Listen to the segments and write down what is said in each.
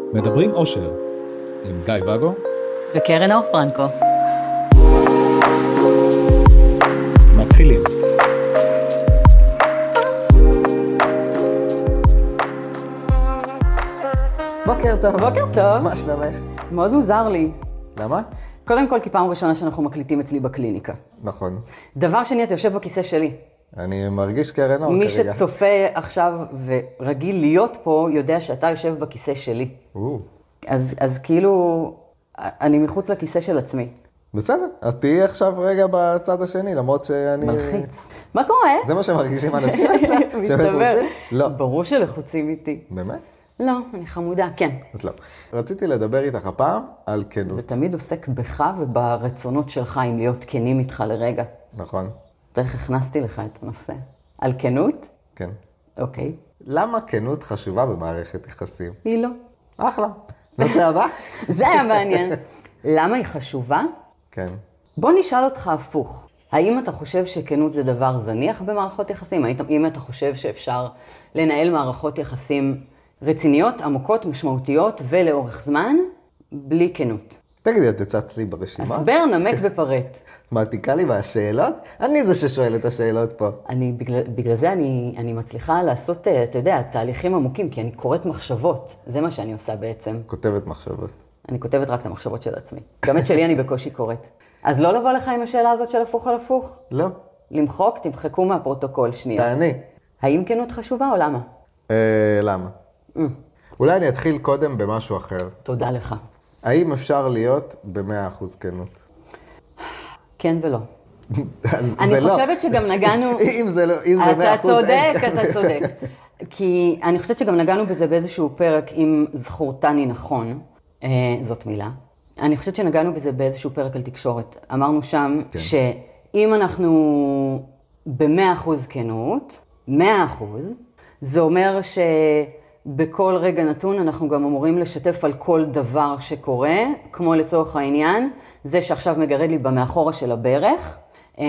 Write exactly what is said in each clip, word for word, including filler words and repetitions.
מדברים אושר עם גיא וגו וקרן אור פרנקו. מתחילים. בוקר טוב. בוקר טוב. מה שלומך? מאוד מוזר לי. למה? קודם כל, כי פעם ראשונה שאנחנו מקליטים אצלי בקליניקה. נכון. דבר שני, אתה יושב בכיסא שלי. אני מרגיש קרן אור כרגע. מי שצופה עכשיו ורגיל להיות פה, יודע שאתה יושב בכיסא שלי. או. אז, אז כאילו, אני מחוץ לכיסא של עצמי. בסדר, אז תהיי עכשיו רגע בצד השני, למרות שאני... מלחיץ. מה קורה? זה מה שמרגישים אנשים קצת? מסתבר. לא. ברור שלחוצים איתי. באמת? לא, אני חמודה, כן. את לא. רציתי לדבר איתך הפעם על כנות. זה תמיד עוסק בך וברצונות שלך, אם להיות כנים איתך לרגע. נכון. איך הכנסתי לך את הנושא? על כנות? כן. אוקיי. למה כנות חשובה במערכת יחסים? היא לא. אחלה. נושא הבא? זה היה מעניין. למה היא חשובה? כן. בוא נשאל אותך הפוך. האם אתה חושב שכנות זה דבר זניח במערכות יחסים? האם אתה חושב שאפשר לנהל מערכות יחסים רציניות, עמוקות, משמעותיות ולאורך זמן, בלי כנות? תגידי, את הצעת לי ברשימה? הסבר נמק ופרט. מעתיקה לי מהשאלות? אני זה ששואל את השאלות פה. אני, בגלל, בגלל זה אני, אני מצליחה לעשות, אתה יודע, תהליכים עמוקים, כי אני קוראת מחשבות. זה מה שאני עושה בעצם. כותבת מחשבות. אני כותבת רק את המחשבות של עצמי. גם את שלי אני בקושי קוראת. אז לא לבוא לך עם השאלה הזאת של הפוך על הפוך? לא. למחוק, תמחקו מהפרוטוקול שנייה. תעני. האם כנות חשובה או למה? אה, למה? Mm. אולי אני אתחיל קודם במשהו אחר. תודה לך. האם אפשר להיות ב-מאה אחוז כנות? כן ולא. אז אני זה לא. חושבת שגם נגענו... אם זה לא, אם זה מאה אחוז אתה אין צודק, אתה צודק. כי אני חושבת שגם נגענו בזה באיזשהו פרק, אם זכורתני נכון, אה, זאת מילה. אני חושבת שנגענו בזה באיזשהו פרק על תקשורת. אמרנו שם כן. שאם אנחנו ב-מאה אחוז כנות, מאה אחוז, זה אומר שבכל רגע נתון אנחנו גם אמורים לשתף על כל דבר שקורה, כמו לצורך העניין, זה שעכשיו מגרד לי במאחורה של הברך,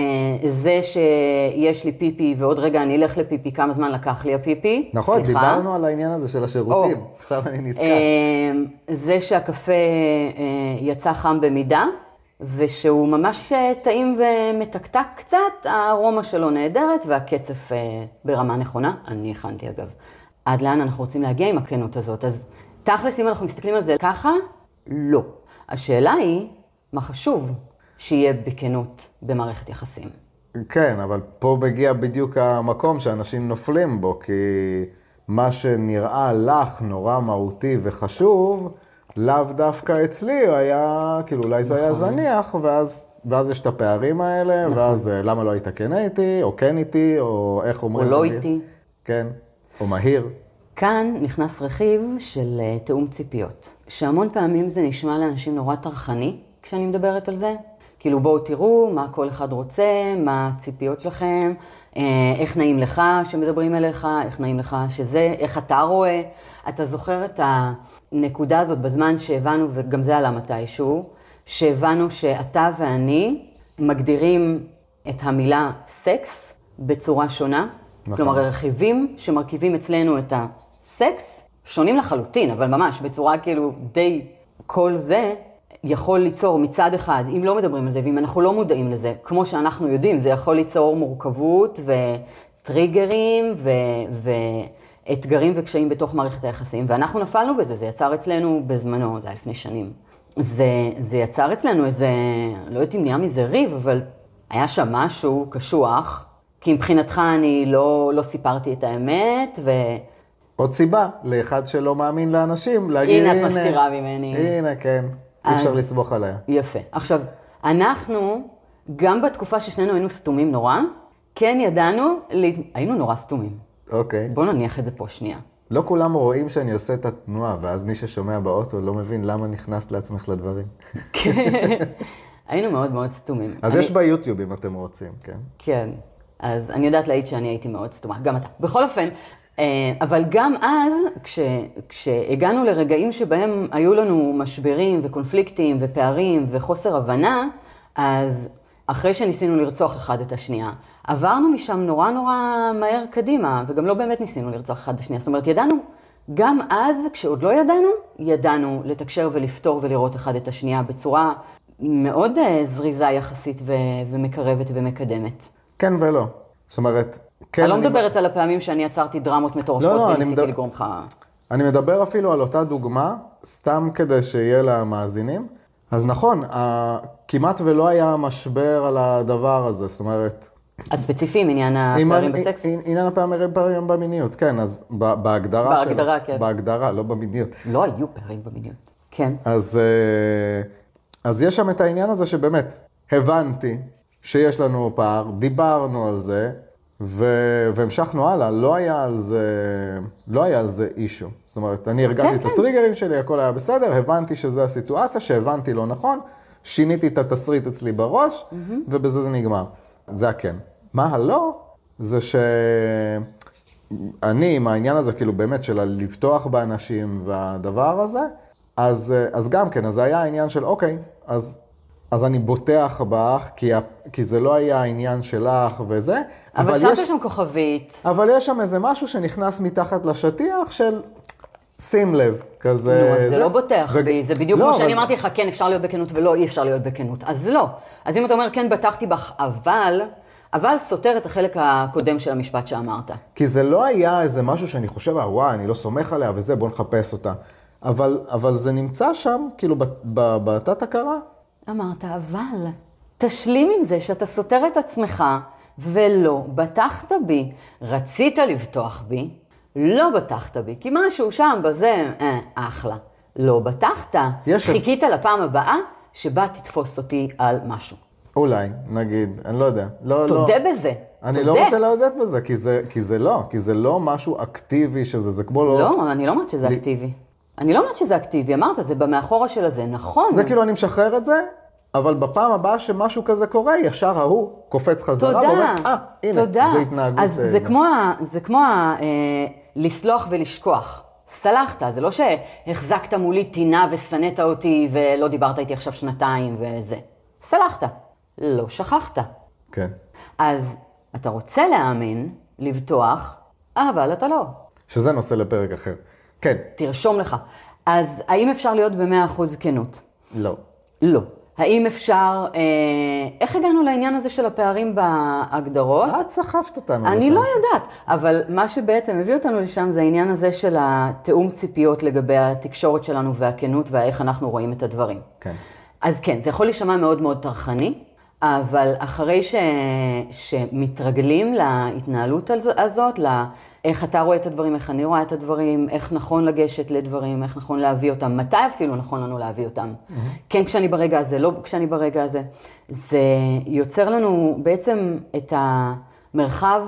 זה שיש לי פיפי ועוד רגע אני אלך לפיפי, כמה זמן לקח לי הפיפי. נכון, סליחה. דיברנו על העניין הזה של השירותים. או. עכשיו אני נזכר. זה שהקפה יצא חם במידה, ושהוא ממש טעים ומתקתק קצת, הארומה שלו נהדרת והקצף ברמה נכונה. אני הכנתי אגב. עד לאן אנחנו רוצים להגיע עם הכנות הזאת? אז תכלס, אם אנחנו מסתכלים על זה ככה, לא. השאלה היא, מה חשוב שיהיה בכנות במערכת יחסים? כן, אבל פה מגיע בדיוק המקום שאנשים נופלים בו, כי מה שנראה לך נורא מהותי וחשוב, לאו דווקא אצלי, היה, כאילו אולי זה היה זניח, ואז, ואז יש את הפערים האלה, ואז למה לא היית כן איתי, או כן איתי, או איך אומרים? או לא איתי. כן, או מהיר. כאן נכנס רכיב של תאום ציפיות, שהמון פעמים זה נשמע לאנשים נורא תרחני, כשאני מדברת על זה. כאילו בואו תראו מה כל אחד רוצה, מה הציפיות שלכם, איך נעים לך שמדברים אליך, איך נעים לך שזה, איך אתה רואה. אתה זוכר את הנקודה הזאת בזמן שהבנו, וגם זה עלה מתישהו, שהבנו שאתה ואני מגדירים את המילה סקס בצורה שונה. נכון. כלומר, הרכיבים שמרכיבים אצלנו את הסקס שונים לחלוטין, אבל ממש בצורה כאילו די כל זה, יכול ליצור מצד אחד, אם לא מדברים על זה, ואם אנחנו לא מודעים לזה, כמו שאנחנו יודעים, זה יכול ליצור מורכבות וטריגרים ו... ואתגרים וקשיים בתוך מערכת היחסים, ואנחנו נפלנו בזה, זה יצר אצלנו בזמנו, זה היה לפני שנים. זה, זה יצר אצלנו איזה, לא יודעת אם נהיה מזה ריב, אבל היה שם משהו קשוח, כי מבחינתך אני לא, לא סיפרתי את האמת, ו... עוד סיבה, לאחד שלא מאמין לאנשים, להגיד, הנה, את מסתירה ממני. הנה, כן. אי אפשר לסבוך עליה. יפה. עכשיו, אנחנו, גם בתקופה ששנינו היינו סתומים נורא, כן ידענו, היינו נורא סתומים. אוקיי. בוא נניח את זה פה שנייה. לא כולם רואים שאני עושה את התנועה, ואז מי ששומע באוטו לא מבין למה נכנסת לעצמך לדברים. כן. היינו מאוד מאוד סתומים. אז יש ביוטיוב אם אתם רוצים, כן? כן. אז אני יודעת להעיד שאני הייתי מאוד סתומה, גם אתה. בכל אופן, אבל גם אז, כש, כשהגענו לרגעים שבהם היו לנו משברים וקונפליקטים ופערים וחוסר הבנה, אז אחרי שניסינו לרצוח אחד את השנייה, עברנו משם נורא נורא מהר קדימה, וגם לא באמת ניסינו לרצוח אחד את השנייה. זאת אומרת, ידענו גם אז, כשעוד לא ידענו, ידענו לתקשר ולפתור ולראות אחד את השנייה בצורה מאוד זריזה יחסית ו- ומקרבת ומקדמת. כן ולא. זאת אומרת, כן... אני לא אני... מדברת על הפעמים שאני יצרתי דרמות מטורפות לא, לא, וניסיתי מדבר... לגרום לך... אני מדבר אפילו על אותה דוגמה, סתם כדי שיהיה למאזינים. אז נכון, כמעט ולא היה משבר על הדבר הזה, זאת אומרת... הספציפיים, עניין הפערים בסקס? עניין הפערים במיניות, כן, אז בהגדרה שלו... בהגדרה, כן. בהגדרה, לא במיניות. לא היו פערים במיניות, כן. אז, אז יש שם את העניין הזה שבאמת, הבנתי שיש לנו פער, דיברנו על זה, ו- והמשכנו הלאה, לא היה על זה, לא היה על זה אישו. זאת אומרת, אני הרגעתי את הטריגרים שלי, הכל היה בסדר, הבנתי שזו הסיטואציה, שהבנתי לא נכון, שיניתי את התסריט אצלי בראש, ובזה זה נגמר. זה הכן. מה הלא? זה שאני, עם העניין הזה, כאילו באמת, של לפתוח באנשים והדבר הזה, אז, אז גם כן, אז זה היה העניין של, אוקיי, אז... אז אני בוטח בך, כי, כי זה לא היה העניין שלך וזה. אבל, אבל שמת יש... שם כוכבית. אבל יש שם איזה משהו שנכנס מתחת לשטיח של שים לב, כזה... נו, אז זה, זה לא בוטח ו... בי, זה בדיוק לא, כמו אבל... שאני אמרתי לך, כן, אפשר להיות בכנות ולא, אי אפשר להיות בכנות. אז לא. אז אם אתה אומר, כן, בטחתי בך, אבל... אבל סותר את החלק הקודם של המשפט שאמרת. כי זה לא היה איזה משהו שאני חושב, וואי, אני לא סומך עליה וזה, בוא נחפש אותה. אבל, אבל זה נמצא שם, כאילו, בתת הכרה. אמרת, אבל תשלים עם זה שאתה סותר את עצמך ולא בטחת בי. רצית לבטוח בי, לא בטחת בי, כי משהו שם בזה, אה, אחלה. לא בטחת, חיכית לפעם הבאה שבה תתפוס אותי על משהו. אולי, נגיד, אני לא יודע. לא, תודה לא. בזה. אני תודה. לא רוצה להודות בזה, כי זה, כי זה לא, כי זה לא משהו אקטיבי שזה, זה כמו לא... לא, אני לא אומרת שזה אקטיבי. אני לא אומרת שזה אקטיבי, אמרת, זה במאחורה של הזה, נכון. זה כאילו אני משחרר את זה, אבל בפעם הבאה שמשהו כזה קורה, ישר ההוא קופץ חזרה, ואומר, אה, הנה, תודה. זה התנהגות. אז זה כמו, זה כמו אה, לסלוח ולשכוח. סלחת, זה לא שהחזקת מולי טינה וסנית אותי ולא דיברת איתי עכשיו שנתיים וזה. סלחת, לא שכחת. כן. אז אתה רוצה להאמין, לבטוח, אבל אתה לא. שזה נושא לפרק אחר. כן. תרשום לך. אז האם אפשר להיות ב-מאה אחוז כנות? לא. לא. האם אפשר, אה, איך הגענו לעניין הזה של הפערים בהגדרות? את סחפת אותנו. אני לא יודעת, אבל מה שבעצם הביא אותנו לשם זה העניין הזה של התאום ציפיות לגבי התקשורת שלנו והכנות ואיך אנחנו רואים את הדברים. כן. אז כן, זה יכול להישמע מאוד מאוד תרחני, אבל אחרי ש... שמתרגלים להתנהלות הזאת, לאיך אתה רואה את הדברים, איך אני רואה את הדברים, איך נכון לגשת לדברים, איך נכון להביא אותם, מתי אפילו נכון לנו להביא אותם. Mm-hmm. כן כשאני ברגע הזה, לא כשאני ברגע הזה. זה יוצר לנו בעצם את המרחב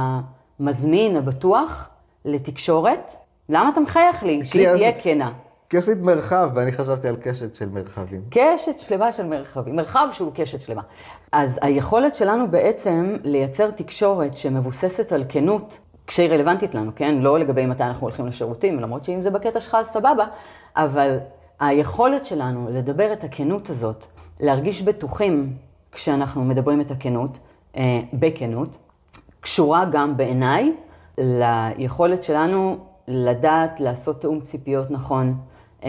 המזמין, הבטוח, לתקשורת. למה אתה מחייך לי? שהיא תהיה כנה. כי עשית מרחב, ואני חשבתי על קשת של מרחבים. קשת שלמה של מרחבים, מרחב שהוא קשת שלמה. אז היכולת שלנו בעצם לייצר תקשורת שמבוססת על כנות, כשהיא רלוונטית לנו, כן? לא לגבי מתי אנחנו הולכים לשירותים, למרות שאם זה בקטע שלך, אז סבבה, אבל היכולת שלנו לדבר את הכנות הזאת, להרגיש בטוחים כשאנחנו מדברים את הכנות, אה, בכנות, קשורה גם בעיניי ליכולת שלנו לדעת לעשות תאום ציפיות נכון,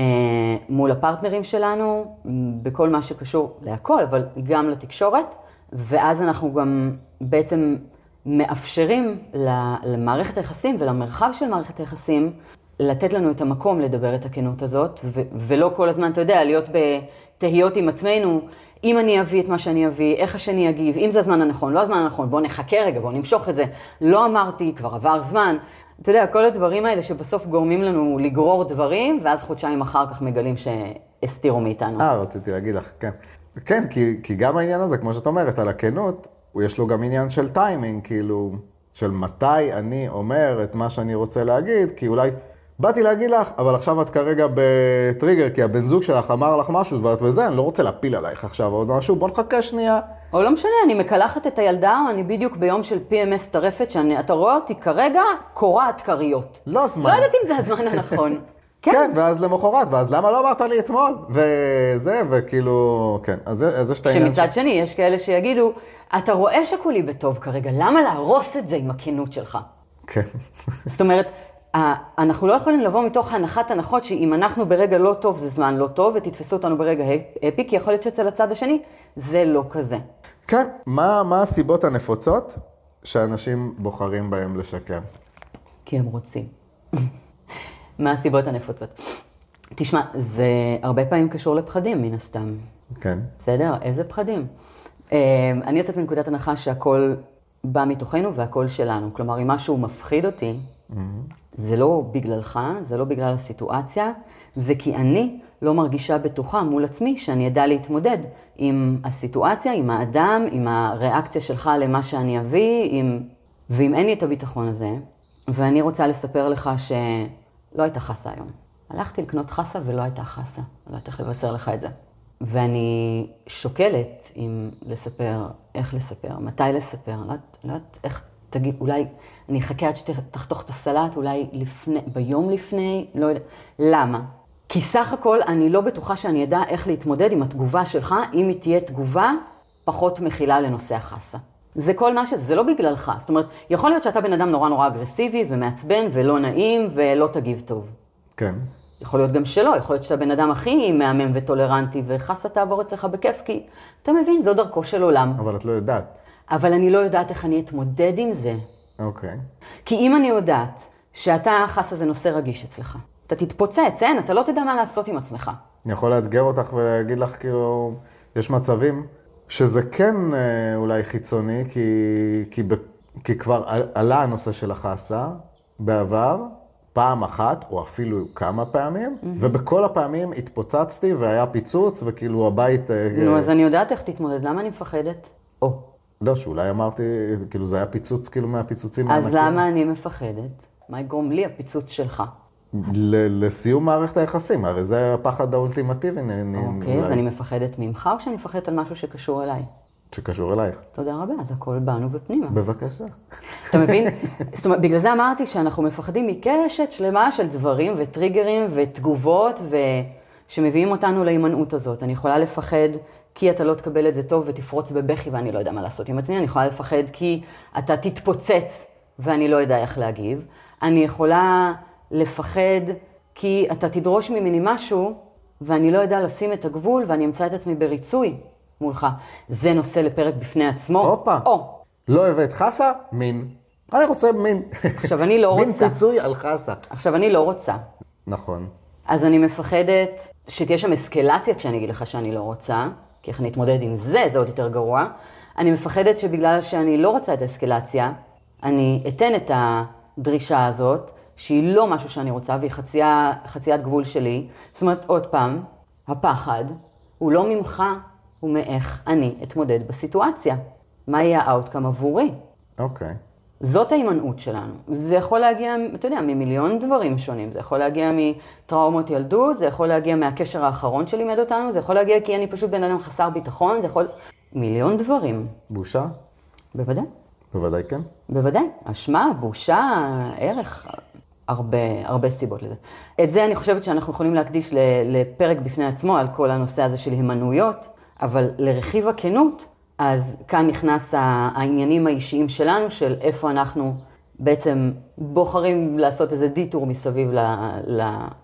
מול הפרטנרים שלנו, בכל מה שקשור להכל, אבל גם לתקשורת, ואז אנחנו גם בעצם מאפשרים למערכת היחסים ולמרחב של מערכת היחסים, לתת לנו את המקום לדבר את הכנות הזאת, ו- ולא כל הזמן, אתה יודע, להיות בתהיות עם עצמנו, אם אני אביא את מה שאני אביא, איך השני יגיב, אם זה הזמן הנכון, לא הזמן הנכון, בוא נחכה רגע, בוא נמשוך את זה, לא אמרתי, כבר עבר זמן, אתה יודע, כל הדברים האלה שבסוף גורמים לנו לגרור דברים, ואז חודשיים אחר כך מגלים שהסתירו מאיתנו. אה, רציתי להגיד לך, כן. כן, כי, כי גם העניין הזה, כמו שאת אומרת, על הכנות, יש לו גם עניין של טיימינג, כאילו, של מתי אני אומר את מה שאני רוצה להגיד, כי אולי באתי להגיד לך, אבל עכשיו את כרגע בטריגר, כי הבן זוג שלך אמר לך משהו, ואת וזה, אני לא רוצה להפיל עלייך עכשיו עוד משהו, בוא נחכה שנייה. או לא משנה, אני מקלחת את הילדה, אני בדיוק ביום של פי אם אס טרפת, שאתה רואה אותי כרגע קורעת כריות. לא זמן. לא יודעת אם זה הזמן הנכון. כן. כן, ואז למחרת, ואז למה לא אמרת לי אתמול? וזה, וכאילו, כן, אז זה שאתה עניין... שמצד שני, יש כאלה שיגידו, אתה רואה שכולי בטוב כרגע, למה להרוס את זה עם הכנות שלך? כן. זאת אומרת, אנחנו לא יכולים לבוא מתוך הנחת הנחות שאם אנחנו ברגע לא טוב זה זמן לא טוב, ותתפסו אותנו ברגע אפי, כי יכול להיות שאצל הצד השני זה לא כזה. כן, מה, מה הסיבות הנפוצות שאנשים בוחרים בהם לשקר? כי הם רוצים. מה הסיבות הנפוצות? תשמע, זה הרבה פעמים קשור לפחדים מן הסתם. כן. בסדר? איזה פחדים? אני יוצאת מנקודת הנחה שהכל בא מתוכנו והכל שלנו. כלומר, אם משהו מפחיד אותי, זה לא בגללך, זה לא בגלל הסיטואציה, זה כי אני לא מרגישה בטוחה מול עצמי שאני ידע להתמודד עם הסיטואציה, עם האדם, עם הריאקציה שלך למה שאני אביא, עם... ואם אין לי את הביטחון הזה, ואני רוצה לספר לך שלא הייתה חסה היום. הלכתי לקנות חסה ולא הייתה חסה. לא יודעת איך לבשר לך את זה. ואני שוקלת אם לספר, איך לספר, מתי לספר, לא יודעת, לא יודעת איך תגיד, אולי אני אחכה עד שתחתוך את הסלט, אולי לפני, ביום לפני, לא יודע. למה? כי סך הכל אני לא בטוחה שאני ידע איך להתמודד עם התגובה שלך, אם היא תהיה תגובה פחות מכילה לנושא החסה. זה כל מה שזה, זה לא בגללך. זאת אומרת, יכול להיות שאתה בן אדם נורא נורא אגרסיבי ומעצבן ולא נעים ולא תגיב טוב. כן. יכול להיות גם שלא, יכול להיות שאתה בן אדם הכי מהמם וטולרנטי, וחסה תעבור אצלך בכיף, כי אתה מבין, זו דרכו של עולם. אבל את לא יודעת. אבל אני לא יודעת איך אני אתמודד עם זה. אוקיי. כי אם אני יודעת שאתה, חסה, זה נושא רגיש אצלך, אתה תתפוצץ, אין, אתה לא תדע מה לעשות עם עצמך. אני יכול לאתגר אותך ולהגיד לך, כאילו, יש מצבים שזה כן אולי חיצוני, כי, כי, כי כבר עלה הנושא של החסה בעבר, פעם אחת, או אפילו כמה פעמים, mm-hmm. ובכל הפעמים התפוצצתי והיה פיצוץ, וכאילו הבית... נו, אז אני יודעת איך תתמודד, למה אני מפחדת? או. לא, שאולי אמרתי, כאילו זה היה פיצוץ, כאילו מהפיצוצים הענקים. אז למה אני מפחדת? מה יגרום לי הפיצוץ שלך? לסיום מערכת היחסים, הרי זה הפחד האולטימטיבי. אוקיי, אז אני מפחדת ממך, או שאני מפחדת על משהו שקשור אליי? שקשור אלייך. תודה רבה, אז הכל באנו ופנימה. בבקשה. אתה מבין? זאת אומרת, בגלל זה אמרתי שאנחנו מפחדים מקשת שלמה של דברים וטריגרים ותגובות שמביאים אותנו להימנעות הזאת. אני יכולה לפחד כי אתה לא תקבל את זה טוב ותפרוץ בבכי ואני לא יודע מה לעשות עם עצמי. אני יכולה לפחד כי אתה תתפוצץ ואני לא יודע איך להגיב. אני יכולה לפחד כי אתה תדרוש ממני משהו ואני לא יודע לשים את הגבול ואני אמצא את עצמי בריצוי מולך. זה נושא לפרק בפני עצמו. הופה. או. לא הבאת חסה? מין. אני רוצה מין. עכשיו אני לא רוצה. מין פיצוי על חסה. עכשיו אני לא רוצה. נכון. אז אני מפחדת שתהיה שם אסקלציה כשאני אגיד לך שאני לא רוצה, כי איך אני אתמודד עם זה, זה עוד יותר גרוע. אני מפחדת שבגלל שאני לא רוצה את האסקלציה, אני אתן את הדרישה הזאת, שהיא לא משהו שאני רוצה, והיא חצייה, חציית גבול שלי. זאת אומרת, עוד פעם, הפחד הוא לא ממך, הוא מאיך אני אתמודד בסיטואציה. מה יהיה האוטקאם עבורי? אוקיי. זאת ההימנעות שלנו. זה יכול להגיע, אתה יודע, ממיליון דברים שונים. זה יכול להגיע מטראומות ילדות, זה יכול להגיע מהקשר האחרון שלימד אותנו, זה יכול להגיע כי אני פשוט בן אדם חסר ביטחון, זה יכול... מיליון דברים. בושה? בוודאי. בוודאי כן. בוודאי. אשמה, בושה, ערך, הרבה, הרבה סיבות לזה. את זה אני חושבת שאנחנו יכולים להקדיש לפרק בפני עצמו על כל הנושא הזה של הימנעויות, אבל לרכיב הכנות, אז כאן נכנס העניינים האישיים שלנו, של איפה אנחנו בעצם בוחרים לעשות איזה דיטור מסביב ל, ל,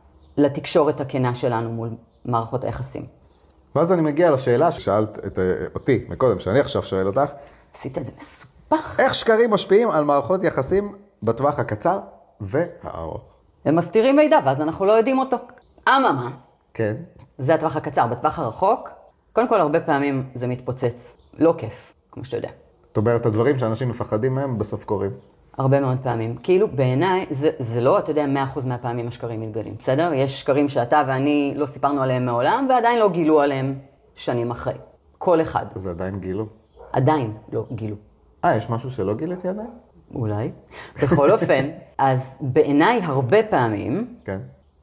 לתקשורת הכנה שלנו מול מערכות היחסים. ואז אני מגיע לשאלה ששאלת את, אותי מקודם, שאני עכשיו שואל אותך. עשית את זה מסופח. איך שקרים משפיעים על מערכות יחסים בטווח הקצר והארוך? הם מסתירים מידע, ואז אנחנו לא יודעים אותו. אממה. כן. זה הטווח הקצר. בטווח הרחוק, קודם כל הרבה פעמים זה מתפוצץ. לא כיף, כמו שאתה יודע. זאת אומרת, הדברים שאנשים מפחדים מהם בסוף קורים. הרבה מאוד פעמים. כאילו בעיניי, זה, זה לא, אתה יודע, מאה אחוז מהפעמים השקרים מתגלים, בסדר? יש שקרים שאתה ואני לא סיפרנו עליהם מעולם, ועדיין לא גילו עליהם שנים אחרי. כל אחד. זה עדיין גילו? עדיין לא גילו. אה, יש משהו שלא גיליתי עדיין? אולי. בכל אופן, אז בעיניי הרבה פעמים, כן.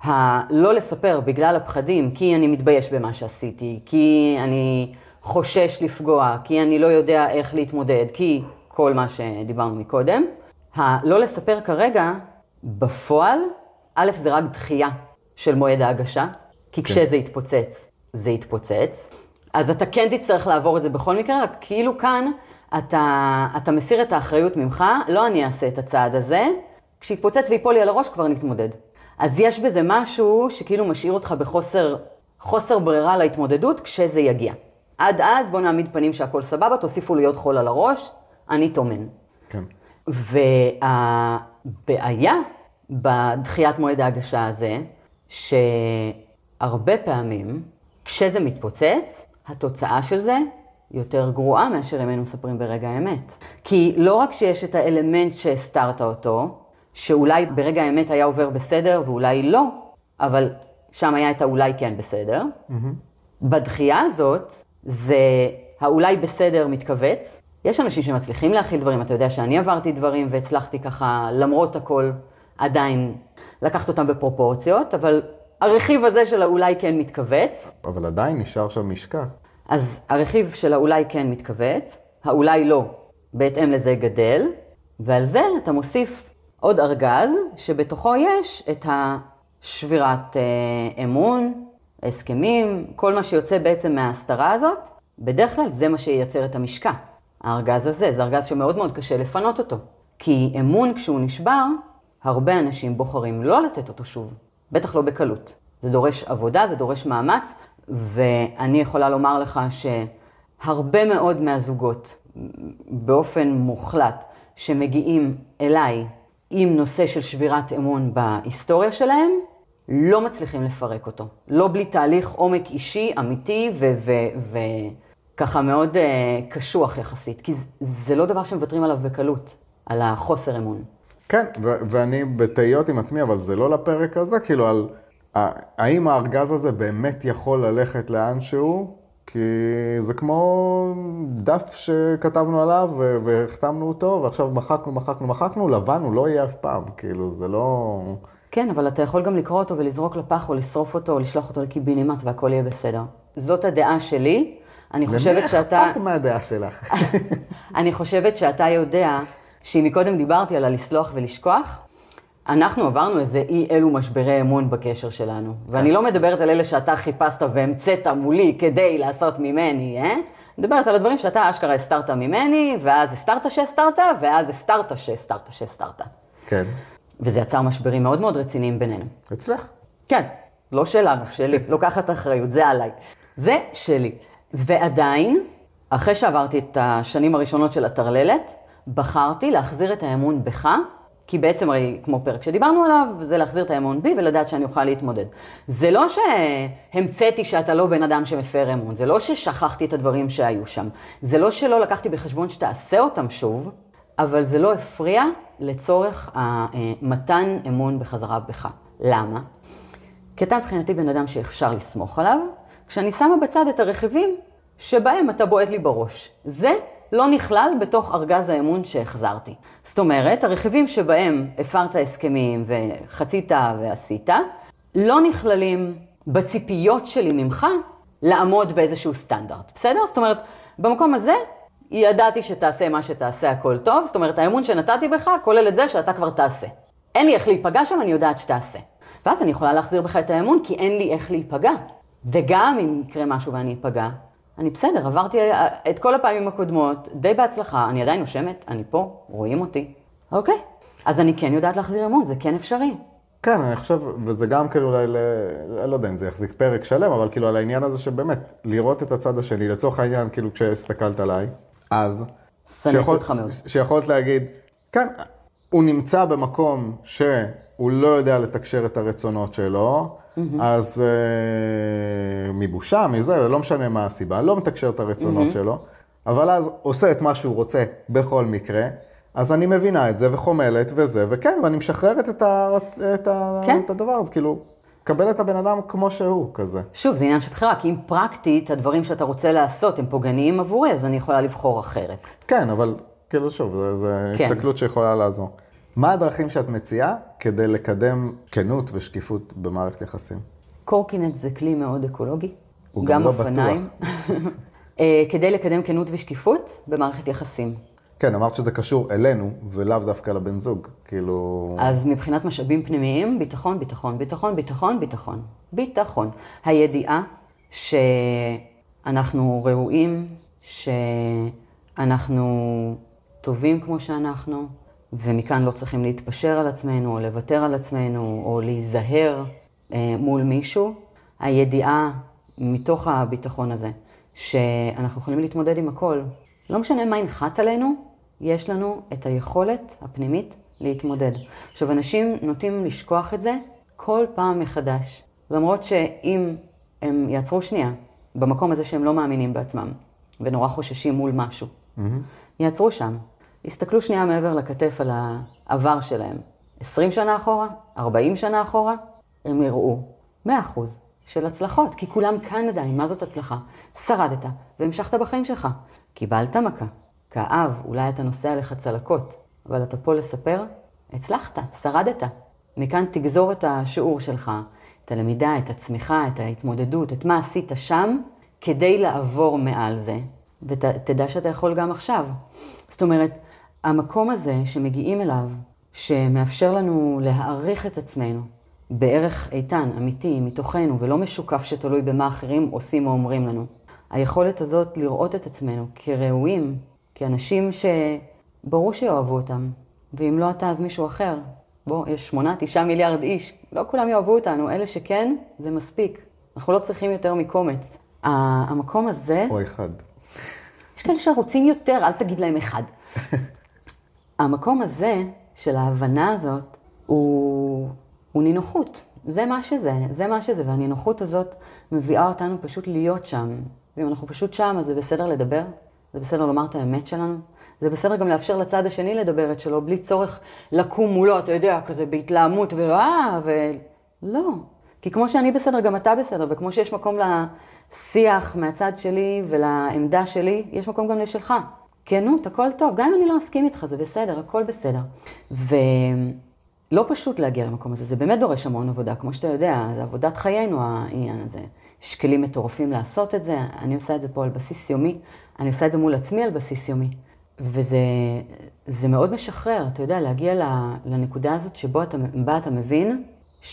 הלא לספר בגלל הפחדים, כי אני מתבייש במה שעשיתי, כי אני חושש לפגוע, כי אני לא יודע איך להתמודד, כי כל מה שדיברנו מקודם, הלא לספר כרגע, בפועל, א' זה רק דחייה של מועד ההגשה, כי כן. כשזה יתפוצץ, זה יתפוצץ, אז אתה כן תצטרך לעבור את זה בכל מקרה, רק כאילו כאן אתה, אתה מסיר את האחריות ממך, לא אני אעשה את הצעד הזה, כשיתפוצץ ויפול לי על הראש כבר נתמודד. אז יש בזה משהו שכאילו משאיר אותך בחוסר חוסר ברירה להתמודדות כשזה יגיע. עד אז בוא נעמיד פנים שהכל סבבה, תוסיפו להיות חול על הראש, אני תומן. כן. והבעיה בדחיית מועד ההגשה הזה, שהרבה פעמים כשזה מתפוצץ, התוצאה של זה יותר גרועה מאשר אם היינו מספרים ברגע האמת. כי לא רק שיש את האלמנט שהסתרת אותו, שאולי ברגע האמת היה עובר בסדר ואולי לא, אבל שם היה את האולי כן בסדר. Mm-hmm. בדחייה הזאת, זה האולי בסדר מתכווץ. יש אנשים שמצליחים להכיל דברים, אתה יודע שאני עברתי דברים והצלחתי ככה, למרות הכל, עדיין לקחת אותם בפרופורציות, אבל הרכיב הזה של האולי כן מתכווץ. אבל עדיין נשאר שם משקע. אז הרכיב של האולי כן מתכווץ, האולי לא, בהתאם לזה גדל, ועל זה אתה מוסיף עוד ארגז, שבתוכו יש את השבירת אה, אמון, הסכמים, כל מה שיוצא בעצם מההסתרה הזאת, בדרך כלל זה מה שייצר את המשקע. הארגז הזה, זה ארגז שמאוד מאוד קשה לפנות אותו. כי אמון כשהוא נשבר, הרבה אנשים בוחרים לא לתת אותו שוב, בטח לא בקלות. זה דורש עבודה, זה דורש מאמץ, ואני יכולה לומר לך שהרבה מאוד מהזוגות, באופן מוחלט, שמגיעים אליי עם נושא של שבירת אמון בהיסטוריה שלהם, לא מצליחים לפרק אותו. לא בלי תהליך עומק אישי, אמיתי, וככה מאוד uh, קשוח יחסית. כי זה לא דבר שמוותרים עליו בקלות, על החוסר אמון. כן, ו- ואני בתהיות עם עצמי, אבל זה לא לפרק הזה, כאילו על האם הארגז הזה באמת יכול ללכת לאנשהו, כי זה כמו דף שכתבנו עליו והחתמנו אותו, ועכשיו מחקנו, מחקנו, מחקנו, לבן הוא לא יהיה אף פעם, כאילו זה לא... כן, אבל אתה יכול גם לקרוא אותו ולזרוק לפח, או לשרוף אותו, או לשלוח אותו לקיבינימט, והכל יהיה בסדר. זאת הדעה שלי. אני חושבת שאתה... למי אכפת מהדעה שלך? אני חושבת שאתה יודע, שאם מקודם דיברתי על הלסלוח ולשכוח, אנחנו עברנו איזה אי אלו משברי אמון בקשר שלנו. ואני לא מדברת על אלה שאתה חיפשת והמצאת מולי כדי לעשות ממני, אה? מדברת על הדברים שאתה אשכרה הסתרת ממני, ואז הסתרת שהסתרת, ואז הסתרת שהסתרת שהסתרת. כן. וזה יצר משברים מאוד מאוד רציניים בינינו. אצלך? כן, לא שלנו, שלי. לוקחת אחריות, זה עליי. זה שלי. ועדיין, אחרי שעברתי את השנים הראשונות של התרללת, בחרתי להחזיר את האמון בך, כי בעצם הרי כמו פרק שדיברנו עליו, זה להחזיר את האמון בי ולדעת שאני אוכל להתמודד. זה לא שהמצאתי שאתה לא בן אדם שמפר אמון, זה לא ששכחתי את הדברים שהיו שם, זה לא שלא לקחתי בחשבון שתעשה אותם שוב, אבל זה לא הפריע לצורך המתן אמון בחזרה בך. למה? כי אתה מבחינתי בן אדם שאפשר לסמוך עליו, כשאני שמה בצד את הרכיבים שבהם אתה בועט לי בראש. זה לא נכלל בתוך ארגז האמון שהחזרתי. זאת אומרת, הרכיבים שבהם הפרת הסכמים וחצית ועשית, לא נכללים בציפיות שלי ממך לעמוד באיזשהו סטנדרט. בסדר? זאת אומרת, במקום הזה, ידעתי שתעשה מה שתעשה הכל טוב, זאת אומרת, האמון שנתתי בך כולל את זה שאתה כבר תעשה. אין לי איך להיפגע שם, אני יודעת שתעשה. ואז אני יכולה להחזיר בך את האמון, כי אין לי איך להיפגע. וגם אם יקרה משהו ואני אפגע, אני בסדר, עברתי את כל הפעמים הקודמות, די בהצלחה, אני עדיין נושמת, אני פה, רואים אותי. אוקיי, אז אני כן יודעת להחזיר אמון, זה כן אפשרי. כן, אני חושב, וזה גם כאילו אולי, ל... לא יודע אם זה יחזיק פרק שלם, אבל כאילו על העניין הזה שבאמת, לראות את הצד השני, לצורך העניין, כאילו כשהסתכלת עליי, אז, שיכול... אותך מאוד. שיכולת להגיד, כן, הוא נמצא במקום שהוא לא יודע לתקשר את הרצונות שלו, mm-hmm. אז אה, מבושה, מזה, לא משנה מה הסיבה, לא מתקשר את הרצונות mm-hmm. שלו, אבל אז עושה את מה שהוא רוצה בכל מקרה, אז אני מבינה את זה וחומלת וזה, וכן, ואני משחררת את, ה, את, ה, כן. את הדבר, אז כאילו, קבל את הבן אדם כמו שהוא, כזה. שוב, זה עניין של בחירה, כי אם פרקטית, הדברים שאתה רוצה לעשות הם פוגעניים עבורי, אז אני יכולה לבחור אחרת. כן, אבל כאילו שוב, זה, זה כן. הסתכלות שיכולה לעזור. מה הדרכים שאת מציעה כדי לקדם כנות ושקיפות במערכת יחסים? קורקינט זה כלי מאוד אקולוגי. הוא גם, גם לא אופניים. בטוח. כדי לקדם כנות ושקיפות במערכת יחסים. כן, אמרת שזה קשור אלינו ולאו דווקא לבן זוג, כאילו... אז מבחינת משאבים פנימיים, ביטחון, ביטחון, ביטחון, ביטחון, ביטחון. ביטחון. הידיעה שאנחנו ראויים, שאנחנו טובים כמו שאנחנו, ומכאן לא צריכים להתפשר על עצמנו, או לוותר על עצמנו, או להיזהר אה, מול מישהו. הידיעה מתוך הביטחון הזה, שאנחנו יכולים להתמודד עם הכל. לא משנה מה ינחת עלינו, יש לנו את היכולת הפנימית להתמודד. עכשיו, אנשים נוטים לשכוח את זה כל פעם מחדש. למרות שאם הם יעצרו שנייה, במקום הזה שהם לא מאמינים בעצמם, ונורא חוששים מול משהו, mm-hmm. יעצרו שם. יסתכלו שנייה מעבר לכתף על העבר שלהם. עשרים שנה אחורה, ארבעים שנה אחורה, הם יראו מאה אחוז של הצלחות, כי כולם כאן עדיין. מה זאת הצלחה? שרדת והמשכת בחיים שלך. קיבלת מכה, כאב, אולי אתה נוסע לך צלקות, אבל אתה פה לספר, הצלחת, שרדת. מכאן תגזור את השיעור שלך, את הלמידה, את הצמיחה, את ההתמודדות, את מה עשית שם, כדי לעבור מעל זה, ותדע שאתה יכול גם עכשיו. זאת אומרת, המקום הזה שמגיעים אליו, שמאפשר לנו להעריך את עצמנו, בערך איתן, אמיתי, מתוכנו, ולא משוקף שתלוי במה אחרים עושים או אומרים לנו. היכולת הזאת לראות את עצמנו כראויים, כאנשים שברור שיאהבו אותם, ואם לא אתה אז מישהו אחר. בוא, יש שמונה, תשעה מיליארד איש, לא כולם יאהבו אותנו, אלה שכן, זה מספיק. אנחנו לא צריכים יותר מקומץ. המקום הזה... או אחד. יש כאלה שרוצים יותר, אל תגיד להם אחד. המקום הזה, של ההבנה הזאת, הוא, הוא נינוחות. זה מה שזה, זה מה שזה, והנינוחות הזאת מביאה אותנו פשוט להיות שם. ואם אנחנו פשוט שם, אז זה בסדר לדבר, זה בסדר לומר את האמת שלנו, זה בסדר גם לאפשר לצד השני לדבר את שלו, בלי צורך לקום מולו, אתה יודע, כזה בהתלהמות, ואה, ולא. כי כמו שאני בסדר, גם אתה בסדר, וכמו שיש מקום לשיח מהצד שלי ולעמדה שלי, יש מקום גם לשלך. כנות, הכל טוב, גם אם אני לא אסכים איתך, זה בסדר, הכל בסדר. ולא פשוט להגיע למקום הזה, זה באמת דורש המון עבודה, כמו שאתה יודע, זה עבודת חיינו העניין הזה. יש כלים מטורפים לעשות את זה, אני עושה את זה פה על בסיס יומי, אני עושה את זה מול עצמי על בסיס יומי. וזה זה מאוד משחרר, אתה יודע, להגיע לנקודה הזאת שבו אתה, בה אתה מבין,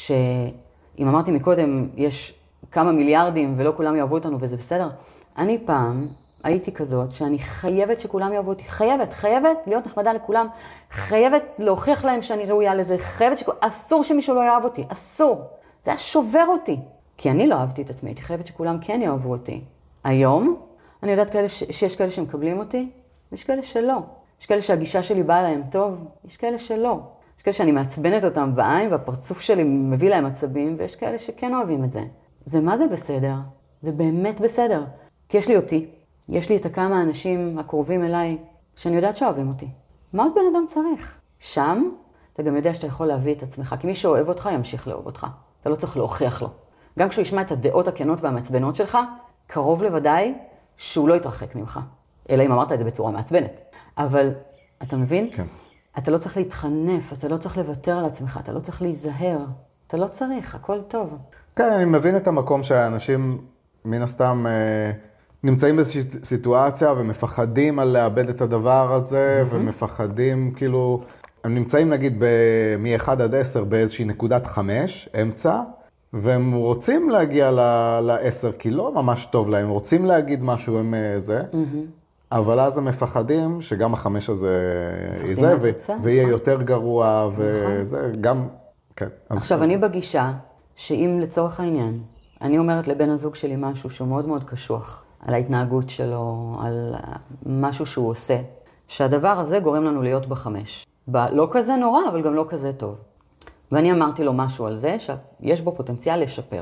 שאם אמרתי מקודם, יש כמה מיליארדים ולא כולם יאהבו אותנו וזה בסדר, אני פעם הייתי כזאת שאני חייבת שכולם יאהבו אותי, חייבת, חייבת להיות נחמדה לכולם, חייבת להוכיח להם שאני ראויה לזה, חייבת שכולם, אסור שמישהו לא יאהב אותי, אסור. זה היה שובר אותי, כי אני לא אהבתי את עצמי, הייתי חייבת שכולם כן יאהבו אותי. היום, אני יודעת כאלה ש... שיש כאלה שמקבלים אותי, ויש כאלה שלא. יש כאלה שהגישה שלי באה להם טוב, יש כאלה שלא. יש כאלה שאני מעצבנת אותם בעין, והפרצוף שלי מביא להם עצבים, ויש כאלה שכן אוהבים את זה. זה מה זה בסדר? זה באמת בסדר. כי יש לי אותי, יש לי את הכמה האנשים הקרובים אליי, שאני יודעת שאוהבים אותי. מה עוד בן אדם צריך? שם, אתה גם יודע שאתה יכול להביא את עצמך, כי מי שאוהב אותך ימשיך לאהוב אותך. אתה לא צריך להוכיח לו. גם כשהוא ישמע את הדעות הכנות והמעצבנות שלך, קרוב לוודאי שהוא לא יתרחק ממך. אלא אם אמרת את זה בצורה מעצבנת. אבל, אתה מבין? כן. אתה לא צריך להתחנף, אתה לא צריך לוותר על עצמך, אתה לא צריך להיזהר. אתה לא צריך, הכל טוב. כן, אני מבין את המקום שהאנשים מן הסתם אה, נמצאים באיזושהי סיטואציה ומפחדים על לאבד את הדבר הזה, mm-hmm. ומפחדים כאילו, הם נמצאים נגיד מ-אחד עד עשר באיזושהי נקודת חמש, אמצע, והם רוצים להגיע ל-עשר, כי לא ממש טוב להם, רוצים להגיד משהו עם זה, אבל אז הם מפחדים שגם החמש הזה יזה, ויהיה יותר גרוע, וזה גם, כן. עכשיו, אני בגישה, שאם לצורך העניין, אני אומרת לבן הזוג שלי משהו שהוא מאוד מאוד קשוח, על ההתנהגות שלו, על משהו שהוא עושה, שהדבר הזה גורם לנו להיות בחמש. לא כזה נורא, אבל גם לא כזה טוב. ואני אמרתי לו משהו על זה, שיש בו פוטנציאל לשפר.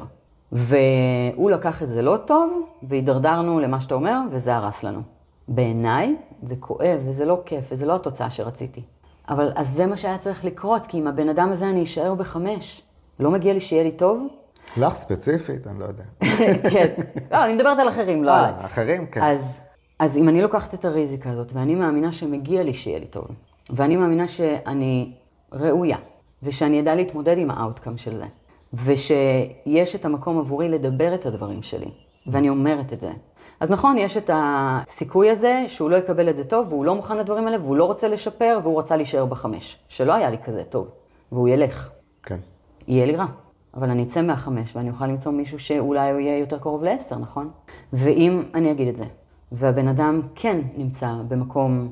והוא לקח את זה לא טוב, והידרדרנו למה שאתה אומר, וזה הרס לנו. בעיניי זה כואב, וזה לא כיף, וזה לא התוצאה שרציתי. אבל אז זה מה שהיה צריך לקרות, כי עם הבן אדם הזה אני אשאר בחמש. לא מגיע לי שיהיה לי טוב. לך ספציפית, אני לא יודע. כן. לא, אני מדברת על אחרים, לא עליי. אחרים, כן. אז, אז אם אני לוקחת את הריזיקה הזאת, ואני מאמינה שמגיע לי שיהיה לי טוב, ואני מאמינה שאני ראויה, ושאני ידע להתמודד עם האאוטקאם של זה, ושיש את המקום עבורי לדבר את הדברים שלי, ואני אומרת את זה. אז נכון, יש את הסיכוי הזה שהוא לא יקבל את זה טוב, והוא לא מוכן לדברים האלה, והוא לא רוצה לשפר, והוא רצה להישאר בחמש, שלא היה לי כזה טוב, והוא ילך. כן. יהיה לי רע, אבל אני אצא מהחמש, ואני אוכל למצוא מישהו שאולי הוא יהיה יותר קרוב לעשר, נכון? ואם אני אגיד את זה, והבן אדם כן נמצא במקום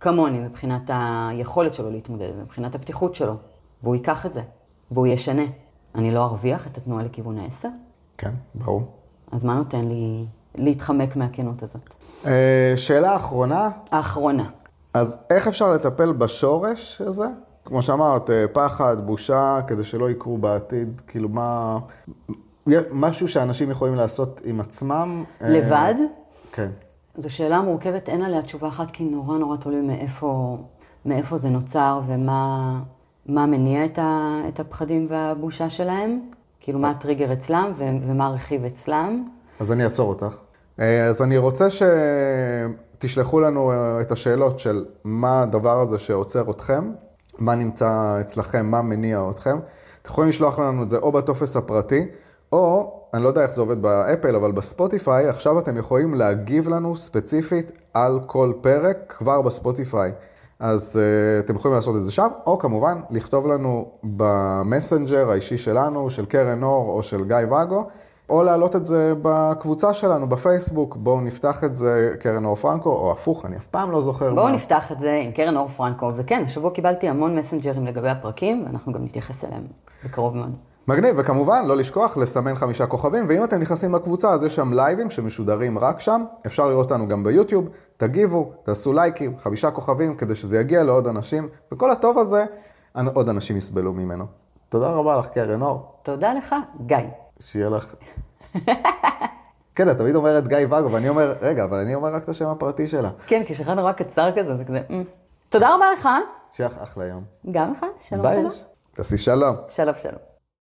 כמוני מבחינת היכולת שלו להתמודד, מבחינת הפתיחות שלו, והוא ייקח את זה, והוא ישנה. אני לא ארוויח את התנועה לכיוון העשר? כן, ברור. אז מה נותן לי להתחמק מהכנות הזאת? שאלה אחרונה. האחרונה. אז איך אפשר לטפל בשורש הזה? כמו שאמרת, פחד, בושה, כדי שלא יקרו בעתיד, כאילו מה... משהו שאנשים יכולים לעשות עם עצמם? לבד? כן. זו שאלה מורכבת, אין עליה תשובה אחת, כי נורא נורא תלוי מאיפה, מאיפה זה נוצר ומה מה מניע את, ה, את הפחדים והבושה שלהם, כאילו מה הטריגר אצלם ו, ומה הרכיב אצלם. אז אני אעצור אותך. אז אני רוצה שתשלחו לנו את השאלות של מה הדבר הזה שעוצר אתכם, מה נמצא אצלכם, מה מניע אתכם. אתם יכולים לשלוח לנו את זה או בטופס הפרטי, או, אני לא יודע איך זה עובד באפל, אבל בספוטיפיי, עכשיו אתם יכולים להגיב לנו ספציפית על כל פרק כבר בספוטיפיי. אז uh, אתם יכולים לעשות את זה שם, או כמובן לכתוב לנו במסנג'ר האישי שלנו, של קרן אור או של גיא וגו, או להעלות את זה בקבוצה שלנו בפייסבוק. בואו נפתח את זה, קרן אור פרנקו, או הפוך, אני אף פעם לא זוכר. בואו מה... נפתח את זה עם קרן אור פרנקו, וכן, השבוע קיבלתי המון מסנג'רים לגבי הפרקים, ואנחנו גם נתייחס אליהם בקרוב מאוד. מגניב, וכמובן לא לשכוח לסמן חמישה כוכבים, ואם אתם נכנסים לקבוצה, אז יש שם לייבים שמשודרים רק שם, אפשר לראות אותנו גם ביוטיוב, תגיבו, תעשו לייקים, חמישה כוכבים, כדי שזה יגיע לעוד אנשים, וכל הטוב הזה, עוד אנשים יסבלו ממנו. תודה רבה לך, קרן אור. תודה לך, גיא. שיהיה לך... כן, את תמיד אומרת גיא וגו, ואני אומר, רגע, אבל אני אומר רק את השם הפרטי שלה. כן, כשאחד נורא קצר כזה, זה כזה... תודה רבה לך. שיהיה לך אחלה יום. גם לך, שלום ביי. שלום. תעשי שלום. שלום שלום.